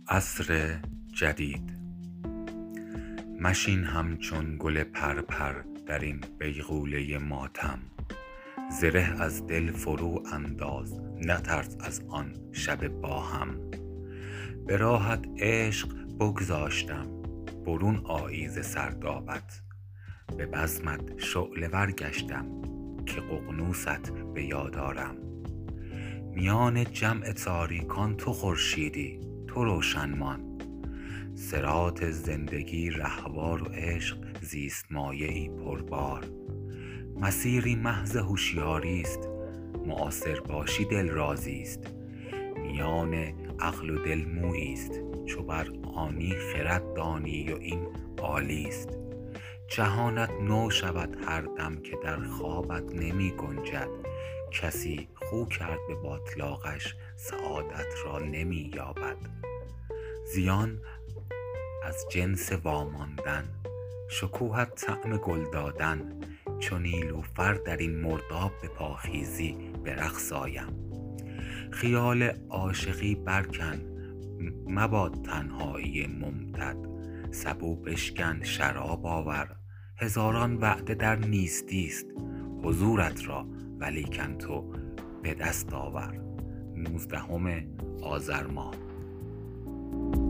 عصر جدید. مشین همچون گل پرپر در این بیغوله ماتم، زره از دل فرو انداز، نترس از آن شب با هم. به راهت عشق بگذاشتم، برون آیی ز سردابت، به بزمت شعله ور گشتم که ققنوست به یاد آرم. میان جمع تاریکان تو خورشیدی، تو روشنمان، صراط زندگی رهوار و عشق زیست مایه‌ای پربار. مسیری محض هوشیاری است، معاصر باشی دل رازی است، میان عقل و دل مویی است، چو بر آنی خرد دانی و این عالی است. جهانت نو شود هر دم که در خوابت نمی گنجد، کسی خو کرد به باطلاقش سعادت را نمی یابد. زیان از جنس واماندن، شکوهت طعم گل دادن، چو نیلوفر در این مرداب به پاخیزی به رقص آیم. خیال عاشقی برکن، مباد تنهایی ممتد، سبو بشکن شراب آور، هزاران وعده در نیستی است، حضورت را ولیکن تو به دست آور. 19 آذر ماه.